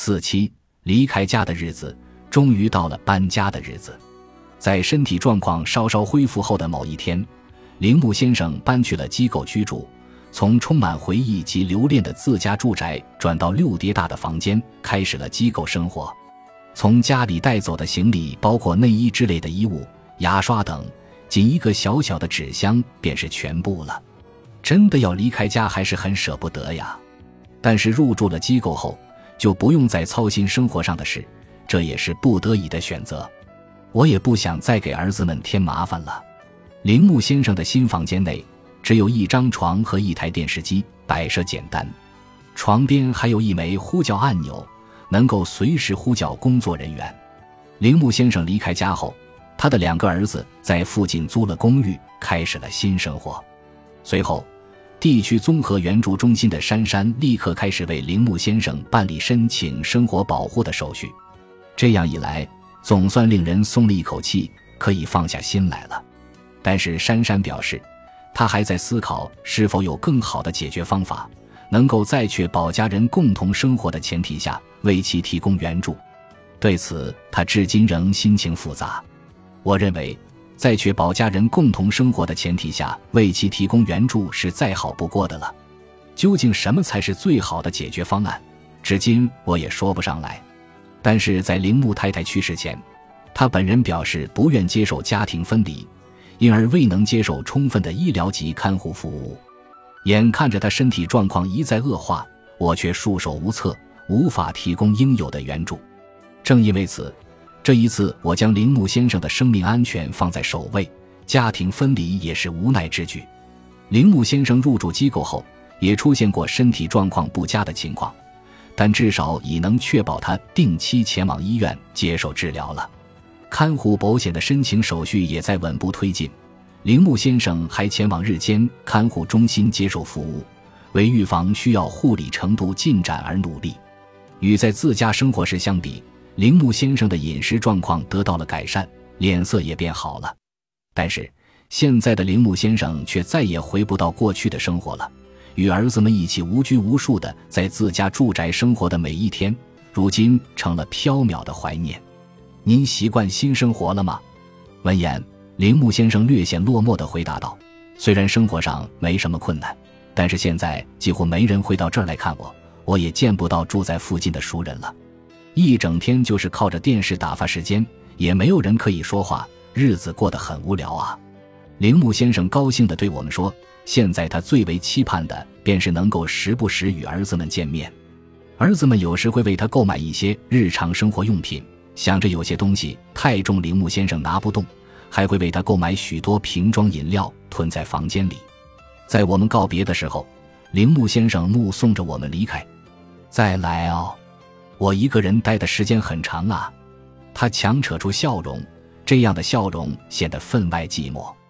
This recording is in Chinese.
47离开家的日子，终于到了搬家的日子。在身体状况稍稍恢复后的某一天，铃木先生搬去了机构居住，从充满回忆及留恋的自家住宅转到6叠大的房间，开始了机构生活。从家里带走的行李包括内衣之类的衣物、牙刷等，仅一个小小的纸箱便是全部了。真的要离开家还是很舍不得呀。但是入住了机构后，就不用再操心生活上的事，这也是不得已的选择。我也不想再给儿子们添麻烦了。铃木先生的新房间内只有一张床和一台电视机，摆设简单。床边还有一枚呼叫按钮，能够随时呼叫工作人员。铃木先生离开家后，他的2个儿子在附近租了公寓，开始了新生活。随后，地区综合援助中心的珊珊立刻开始为铃木先生办理申请生活保护的手续。这样一来，总算令人松了一口气，可以放下心来了。但是珊珊表示，她还在思考是否有更好的解决方法，能够在确保家人共同生活的前提下为其提供援助。对此，她至今仍心情复杂。我认为，在确保家人共同生活的前提下为其提供援助是再好不过的了。究竟什么才是最好的解决方案，至今我也说不上来。但是在铃木太太去世前，她本人表示不愿接受家庭分离，因而未能接受充分的医疗及看护服务。眼看着她身体状况一再恶化，我却束手无策，无法提供应有的援助。正因为此，这一次我将铃木先生的生命安全放在首位，家庭分离也是无奈之举。铃木先生入住机构后，也出现过身体状况不佳的情况，但至少已能确保他定期前往医院接受治疗了。看护保险的申请手续也在稳步推进，铃木先生还前往日间看护中心接受服务，为预防需要护理程度进展而努力。与在自家生活时相比，铃木先生的饮食状况得到了改善，脸色也变好了。但是现在的铃木先生却再也回不到过去的生活了，与儿子们一起无拘无束地在自家住宅生活的每一天，如今成了缥缈的怀念。您习惯新生活了吗？闻言，铃木先生略显落寞地回答道，虽然生活上没什么困难，但是现在几乎没人会到这儿来看我，我也见不到住在附近的熟人了。一整天就是靠着电视打发时间，也没有人可以说话，日子过得很无聊啊。铃木先生高兴地对我们说，现在他最为期盼的便是能够时不时与儿子们见面。儿子们有时会为他购买一些日常生活用品，想着有些东西太重铃木先生拿不动，还会为他购买许多瓶装饮料囤在房间里。在我们告别的时候，铃木先生目送着我们离开。再来哦，我一个人待的时间很长啊。他强扯出笑容，这样的笑容显得分外寂寞。